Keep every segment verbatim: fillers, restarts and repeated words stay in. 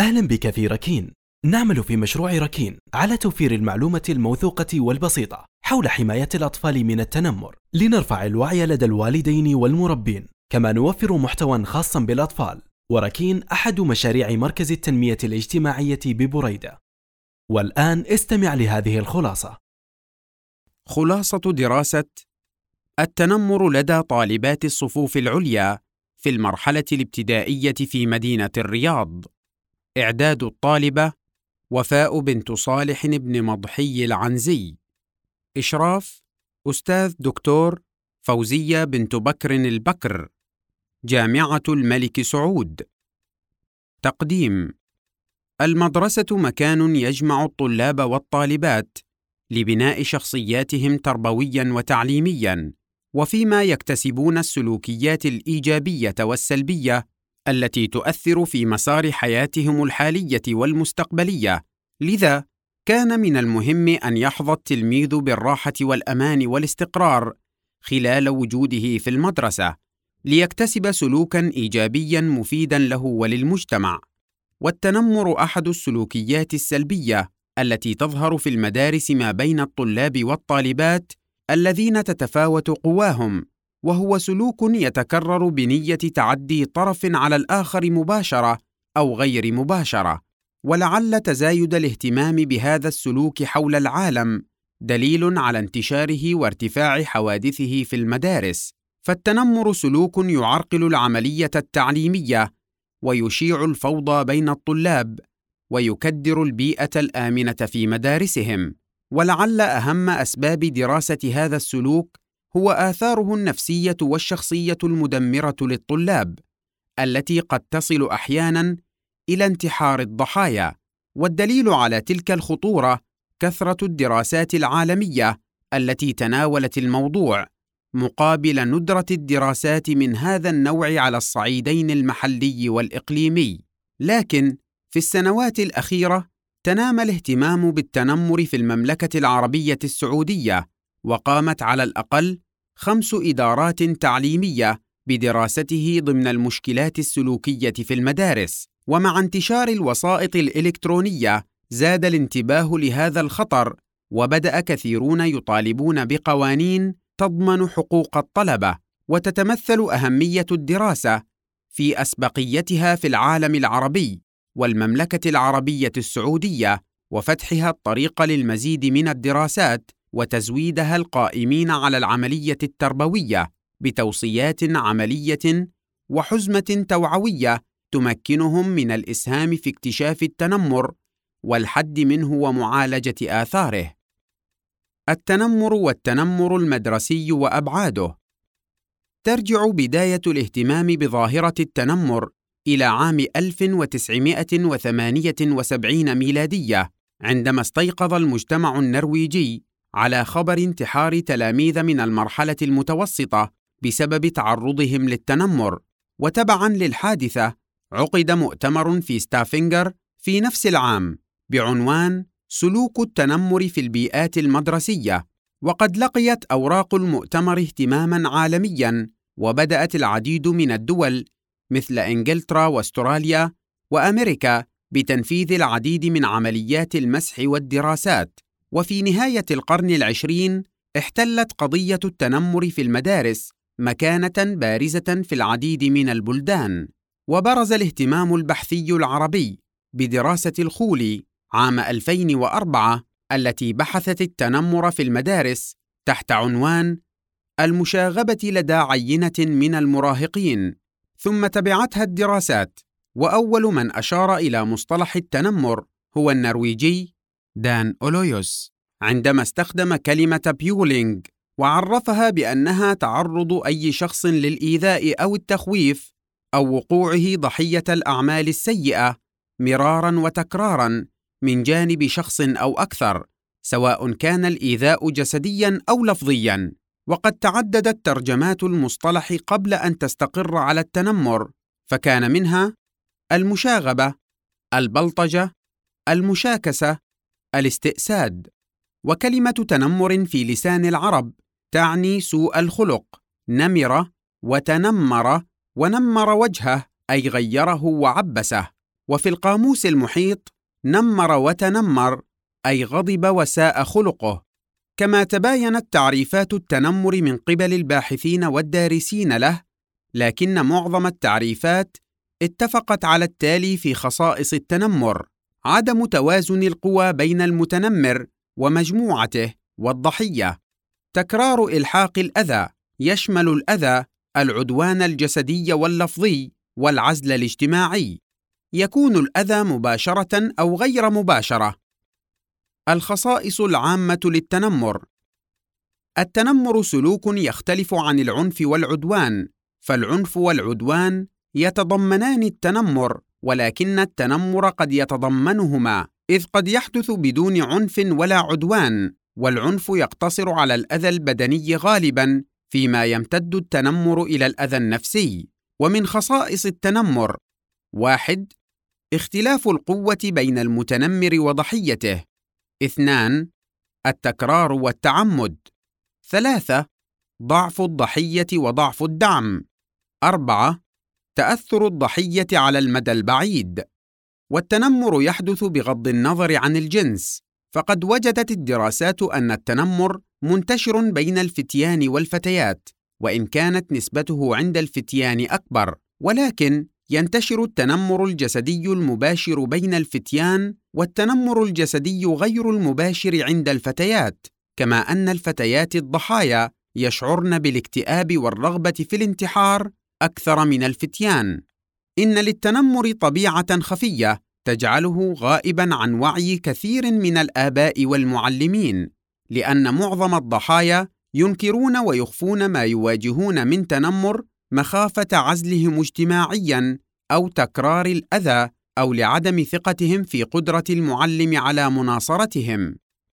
أهلا بك في ركين. نعمل في مشروع ركين على توفير المعلومة الموثوقة والبسيطة حول حماية الأطفال من التنمر، لنرفع الوعي لدى الوالدين والمربين، كما نوفر محتوى خاصا بالأطفال. وركين أحد مشاريع مركز التنمية الاجتماعية ببريدة. والآن استمع لهذه الخلاصة. خلاصة دراسة التنمر لدى طالبات الصفوف العليا في المرحلة الابتدائية في مدينة الرياض. إعداد الطالبة وفاء بنت صالح بن مضحي العنزي. إشراف أستاذ دكتور فوزية بنت بكر البكر، جامعة الملك سعود. تقديم: المدرسة مكان يجمع الطلاب والطالبات لبناء شخصياتهم تربوياً وتعليمياً، وفيما يكتسبون السلوكيات الإيجابية والسلبية التي تؤثر في مسار حياتهم الحالية والمستقبلية. لذا كان من المهم أن يحظى التلميذ بالراحة والأمان والاستقرار خلال وجوده في المدرسة، ليكتسب سلوكاً إيجابياً مفيداً له وللمجتمع. والتنمر أحد السلوكيات السلبية التي تظهر في المدارس ما بين الطلاب والطالبات الذين تتفاوت قواهم، وهو سلوك يتكرر بنية تعدي طرف على الآخر مباشرة أو غير مباشرة. ولعل تزايد الاهتمام بهذا السلوك حول العالم دليل على انتشاره وارتفاع حوادثه في المدارس. فالتنمر سلوك يعرقل العملية التعليمية ويشيع الفوضى بين الطلاب ويكدر البيئة الآمنة في مدارسهم. ولعل أهم أسباب دراسة هذا السلوك هو آثاره النفسية والشخصية المدمرة للطلاب، التي قد تصل أحياناً إلى انتحار الضحايا. والدليل على تلك الخطورة كثرة الدراسات العالمية التي تناولت الموضوع، مقابل ندرة الدراسات من هذا النوع على الصعيدين المحلي والإقليمي. لكن في السنوات الأخيرة تنام الاهتمام بالتنمر في المملكة العربية السعودية، وقامت على الأقل خمس إدارات تعليمية بدراسته ضمن المشكلات السلوكية في المدارس. ومع انتشار الوسائط الإلكترونية زاد الانتباه لهذا الخطر، وبدأ كثيرون يطالبون بقوانين تضمن حقوق الطلبة. وتتمثل أهمية الدراسة في أسبقيتها في العالم العربي والمملكة العربية السعودية، وفتحها الطريق للمزيد من الدراسات وتزويدها القائمين على العملية التربوية بتوصيات عملية وحزمة توعوية تمكنهم من الإسهام في اكتشاف التنمر والحد منه ومعالجة آثاره. التنمر والتنمر المدرسي وأبعاده. ترجع بداية الاهتمام بظاهرة التنمر إلى عام ألف وتسعمائة وثمانية وسبعين ميلادية، عندما استيقظ المجتمع النرويجي على خبر انتحار تلاميذ من المرحلة المتوسطة بسبب تعرضهم للتنمر. وتبعاً للحادثة عقد مؤتمر في ستافنجر في نفس العام بعنوان سلوك التنمر في البيئات المدرسية. وقد لقيت أوراق المؤتمر اهتماماً عالمياً، وبدأت العديد من الدول مثل إنجلترا واستراليا وأمريكا بتنفيذ العديد من عمليات المسح والدراسات. وفي نهاية القرن العشرين احتلت قضية التنمر في المدارس مكانة بارزة في العديد من البلدان. وبرز الاهتمام البحثي العربي بدراسة الخولي عام ألفين وأربعة التي بحثت التنمر في المدارس تحت عنوان المشاغبة لدى عينة من المراهقين، ثم تبعتها الدراسات. وأول من أشار إلى مصطلح التنمر هو النرويجي دان أولويوس، عندما استخدم كلمة بيولينج وعرفها بأنها تعرض أي شخص للإيذاء أو التخويف أو وقوعه ضحية الأعمال السيئة مراراً وتكراراً من جانب شخص أو أكثر، سواء كان الإيذاء جسدياً أو لفظياً. وقد تعددت ترجمات المصطلح قبل أن تستقر على التنمر، فكان منها المشاغبة، البلطجة، المشاكسة، الاستئساد. وكلمة تنمر في لسان العرب تعني سوء الخلق، نمر وتنمر ونمر وجهه أي غيره وعبسه. وفي القاموس المحيط نمر وتنمر أي غضب وساء خلقه. كما تباينت تعريفات التنمر من قبل الباحثين والدارسين له، لكن معظم التعريفات اتفقت على التالي في خصائص التنمر: عدم توازن القوى بين المتنمر ومجموعته والضحية، تكرار إلحاق الأذى يشمل الأذى، العدوان الجسدي واللفظي، والعزل الاجتماعي، يكون الأذى مباشرة أو غير مباشرة. الخصائص العامة للتنمر: التنمر سلوك يختلف عن العنف والعدوان، فالعنف والعدوان يتضمنان التنمر، ولكن التنمر قد يتضمنهما، إذ قد يحدث بدون عنف ولا عدوان، والعنف يقتصر على الأذى البدني غالباً، فيما يمتد التنمر إلى الأذى النفسي. ومن خصائص التنمر: واحد. اختلاف القوة بين المتنمر وضحيته. اثنان. التكرار والتعمد. ثلاثة. ضعف الضحية وضعف الدعم. أربعة. تأثر الضحية على المدى البعيد. والتنمر يحدث بغض النظر عن الجنس، فقد وجدت الدراسات أن التنمر منتشر بين الفتيان والفتيات، وإن كانت نسبته عند الفتيان أكبر، ولكن ينتشر التنمر الجسدي المباشر بين الفتيان، والتنمر الجسدي غير المباشر عند الفتيات، كما أن الفتيات الضحايا يشعرن بالاكتئاب والرغبة في الانتحار أكثر من الفتيان. إن للتنمر طبيعة خفية تجعله غائباً عن وعي كثير من الآباء والمعلمين، لأن معظم الضحايا ينكرون ويخفون ما يواجهون من تنمر مخافة عزلهم اجتماعياً أو تكرار الأذى، أو لعدم ثقتهم في قدرة المعلم على مناصرتهم.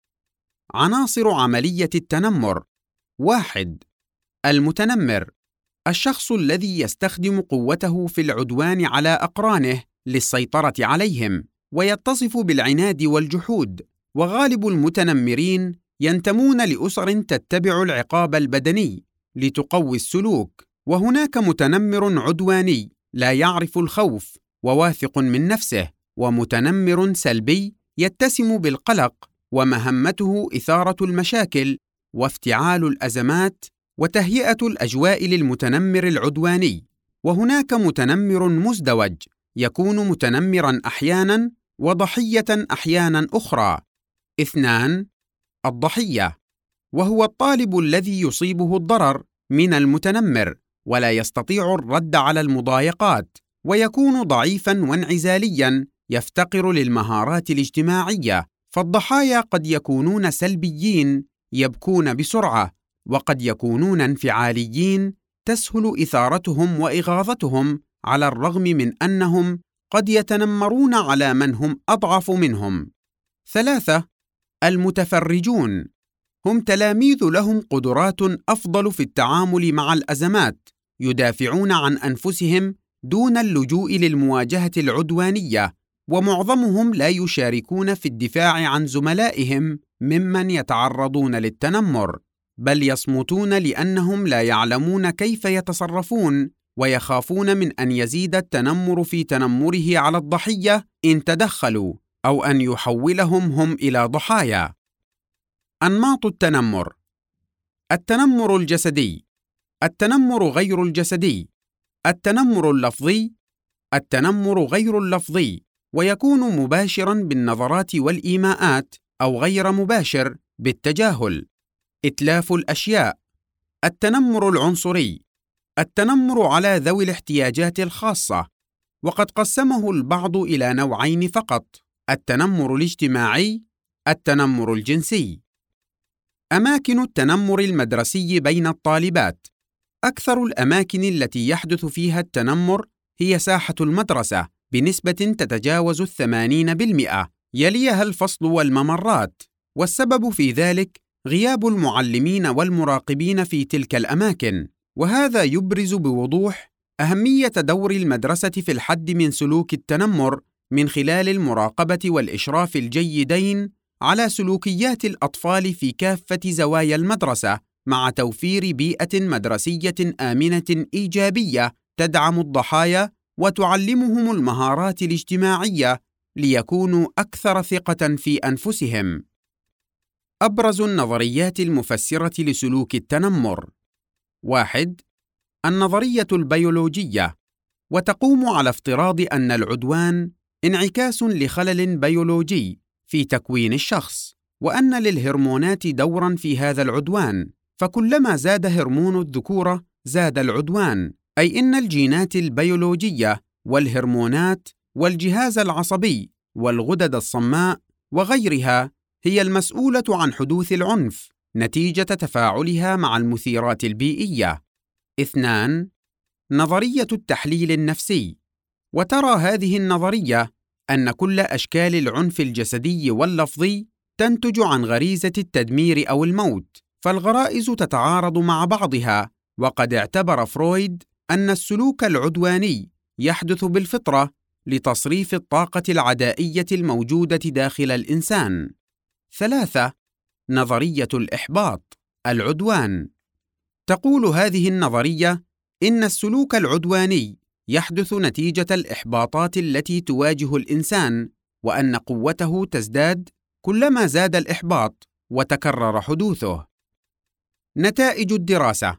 عناصر عملية التنمر: واحد. المتنمر: الشخص الذي يستخدم قوته في العدوان على أقرانه للسيطرة عليهم، ويتصف بالعناد والجحود، وغالب المتنمرين ينتمون لأسر تتبع العقاب البدني لتقوي السلوك. وهناك متنمر عدواني لا يعرف الخوف وواثق من نفسه، ومتنمر سلبي يتسم بالقلق ومهمته إثارة المشاكل وافتعال الأزمات وتهيئة الأجواء للمتنمر العدواني. وهناك متنمر مزدوج يكون متنمراً أحياناً وضحية أحياناً أخرى. اثنان. الضحية، وهو الطالب الذي يصيبه الضرر من المتنمر ولا يستطيع الرد على المضايقات، ويكون ضعيفاً وانعزالياً يفتقر للمهارات الاجتماعية. فالضحايا قد يكونون سلبيين يبكون بسرعة، وقد يكونون انفعاليين تسهل إثارتهم وإغاظتهم، على الرغم من أنهم قد يتنمرون على من هم أضعف منهم. ثلاثة. المتفرجون هم تلاميذ لهم قدرات أفضل في التعامل مع الأزمات، يدافعون عن أنفسهم دون اللجوء للمواجهة العدوانية، ومعظمهم لا يشاركون في الدفاع عن زملائهم ممن يتعرضون للتنمر، بل يصمتون لأنهم لا يعلمون كيف يتصرفون، ويخافون من أن يزيد التنمر في تنمره على الضحية إن تدخلوا، أو أن يحولهم هم إلى ضحايا. أنماط التنمر: التنمر الجسدي، التنمر غير الجسدي، التنمر اللفظي، التنمر غير اللفظي، ويكون مباشراً بالنظرات والإيماءات، أو غير مباشر بالتجاهل. إتلاف الأشياء. التنمر العنصري، التنمر على ذوي الاحتياجات الخاصة، وقد قسمه البعض إلى نوعين فقط: التنمر الاجتماعي، التنمر الجنسي. أماكن التنمر المدرسي بين الطالبات: أكثر الأماكن التي يحدث فيها التنمر هي ساحة المدرسة بنسبة تتجاوز الثمانين بالمئة، يليها الفصل والممرات، والسبب في ذلك غياب المعلمين والمراقبين في تلك الأماكن. وهذا يبرز بوضوح أهمية دور المدرسة في الحد من سلوك التنمر من خلال المراقبة والإشراف الجيدين على سلوكيات الأطفال في كافة زوايا المدرسة، مع توفير بيئة مدرسية آمنة إيجابية تدعم الضحايا وتعلمهم المهارات الاجتماعية ليكونوا أكثر ثقة في أنفسهم. أبرز النظريات المفسرة لسلوك التنمر: واحد. النظرية البيولوجية، وتقوم على افتراض أن العدوان انعكاس لخلل بيولوجي في تكوين الشخص، وأن للهرمونات دورًا في هذا العدوان، فكلما زاد هرمون الذكورة زاد العدوان، أي إن الجينات البيولوجية والهرمونات والجهاز العصبي والغدد الصماء وغيرها هي المسؤولة عن حدوث العنف نتيجة تفاعلها مع المثيرات البيئية. اثنان. نظرية التحليل النفسي، وترى هذه النظرية أن كل أشكال العنف الجسدي واللفظي تنتج عن غريزة التدمير أو الموت، فالغرائز تتعارض مع بعضها، وقد اعتبر فرويد أن السلوك العدواني يحدث بالفطرة لتصريف الطاقة العدائية الموجودة داخل الإنسان. ثلاثة. نظرية الإحباط، العدوان، تقول هذه النظرية إن السلوك العدواني يحدث نتيجة الإحباطات التي تواجه الإنسان، وأن قوته تزداد كلما زاد الإحباط وتكرر حدوثه. نتائج الدراسة: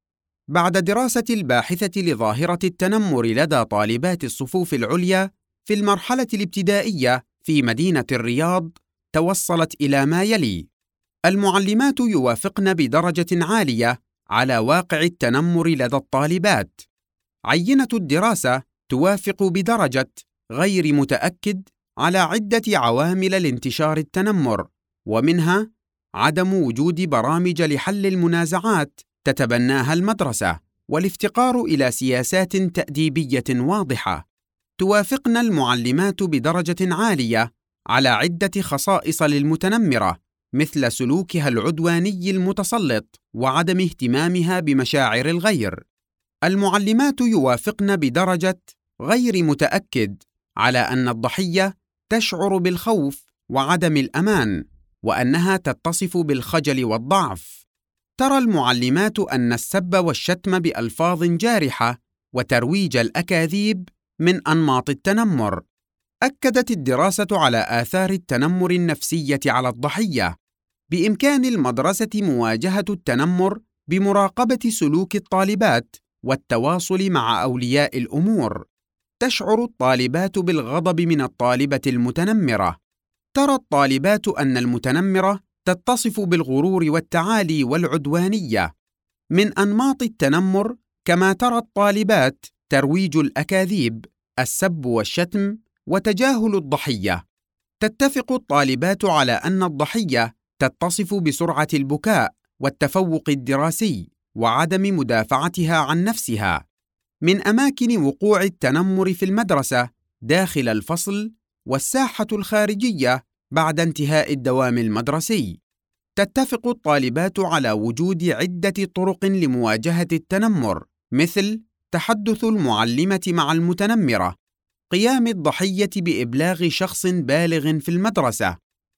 بعد دراسة الباحثة لظاهرة التنمر لدى طالبات الصفوف العليا في المرحلة الابتدائية في مدينة الرياض، توصلت إلى ما يلي: المعلمات يوافقن بدرجة عالية على واقع التنمر لدى الطالبات. عينة الدراسة توافق بدرجة غير متأكد على عدة عوامل لانتشار التنمر، ومنها عدم وجود برامج لحل المنازعات تتبناها المدرسة، والافتقار إلى سياسات تأديبية واضحة. توافقن المعلمات بدرجة عالية على عدة خصائص للمتنمرة، مثل سلوكها العدواني المتسلط وعدم اهتمامها بمشاعر الغير. المعلمات يوافقن بدرجة غير متأكد على أن الضحية تشعر بالخوف وعدم الأمان، وأنها تتصف بالخجل والضعف. ترى المعلمات أن السب والشتم بألفاظ جارحة وترويج الأكاذيب من أنماط التنمر. أكدت الدراسة على آثار التنمر النفسية على الضحية. بإمكان المدرسة مواجهة التنمر بمراقبة سلوك الطالبات والتواصل مع أولياء الأمور. تشعر الطالبات بالغضب من الطالبة المتنمرة. ترى الطالبات أن المتنمرة تتصف بالغرور والتعالي والعدوانية. من أنماط التنمر، كما ترى الطالبات، ترويج الأكاذيب، السب والشتم، وتجاهل الضحية. تتفق الطالبات على أن الضحية تتصف بسرعة البكاء والتفوق الدراسي وعدم مدافعتها عن نفسها. من أماكن وقوع التنمر في المدرسة داخل الفصل والساحة الخارجية بعد انتهاء الدوام المدرسي. تتفق الطالبات على وجود عدة طرق لمواجهة التنمر، مثل تحدث المعلمة مع المتنمرة، قيام الضحية بإبلاغ شخص بالغ في المدرسة.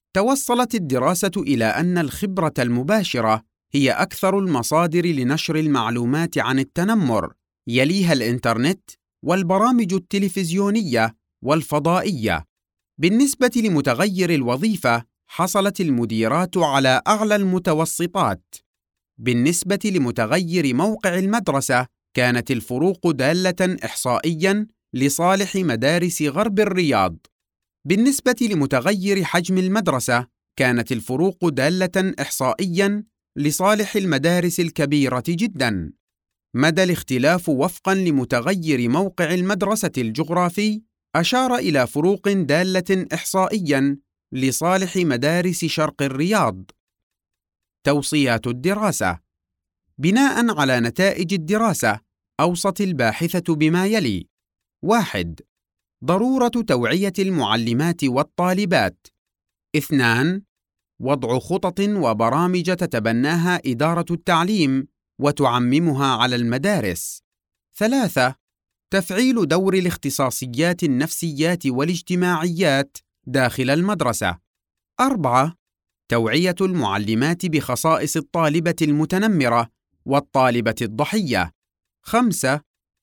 توصلت الدراسة إلى أن الخبرة المباشرة هي أكثر المصادر لنشر المعلومات عن التنمر، يليها الإنترنت والبرامج التلفزيونية والفضائية. بالنسبة لمتغير الوظيفة، حصلت المديرات على أعلى المتوسطات. بالنسبة لمتغير موقع المدرسة، كانت الفروق دالة إحصائياً لصالح مدارس غرب الرياض. بالنسبة لمتغير حجم المدرسة، كانت الفروق دالة إحصائياً لصالح المدارس الكبيرة جداً. مدى الاختلاف وفقاً لمتغير موقع المدرسة الجغرافي أشار إلى فروق دالة إحصائياً لصالح مدارس شرق الرياض. توصيات الدراسة: بناءً على نتائج الدراسة، أوصت الباحثة بما يلي: واحد. ضرورة توعية المعلمات والطالبات. اثنان. وضع خطط وبرامج تتبناها إدارة التعليم وتعممها على المدارس. ثلاثة. تفعيل دور الاختصاصيات النفسيات والاجتماعيات داخل المدرسة. أربعة. توعية المعلمات بخصائص الطالبة المتنمرة والطالبة الضحية. خمسة.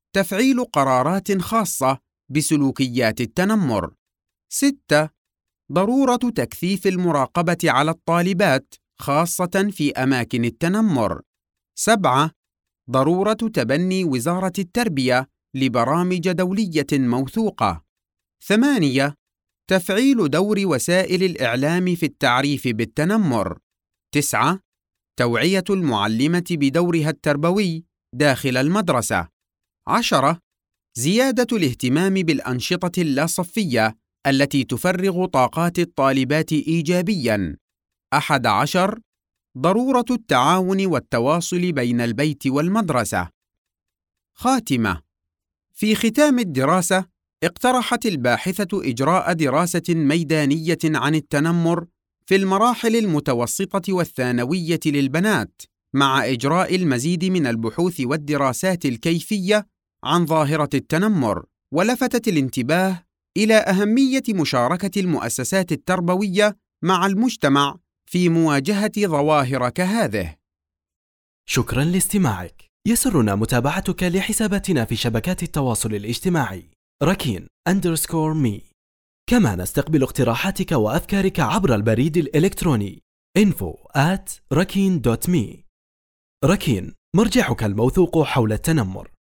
تفعيل قرارات خاصة بسلوكيات التنمر. ستة. ضرورة تكثيف المراقبة على الطالبات خاصة في أماكن التنمر. سبعة. ضرورة تبني وزارة التربية لبرامج دولية موثوقة. ثمانية. تفعيل دور وسائل الإعلام في التعريف بالتنمر. تسعة. توعية المعلمة بدورها التربوي داخل المدرسة. عشرة. زيادة الاهتمام بالأنشطة اللاصفية التي تفرغ طاقات الطالبات إيجابياً. أحد عشر. ضرورة التعاون والتواصل بين البيت والمدرسة. خاتمة. في ختام الدراسة، اقترحت الباحثة إجراء دراسة ميدانية عن التنمر في المراحل المتوسطة والثانوية للبنات، مع إجراء المزيد من البحوث والدراسات الكيفية عن ظاهرة التنمر، ولفتت الانتباه إلى أهمية مشاركة المؤسسات التربوية مع المجتمع في مواجهة ظواهر كهذه. شكرا لاستماعك. يسرنا متابعتك لحساباتنا في شبكات التواصل الاجتماعي ركين أندرسكور مي. كما نستقبل اقتراحاتك وأفكارك عبر البريد الإلكتروني info at rakin dot me. ركين، مرجعك الموثوق حول التنمر.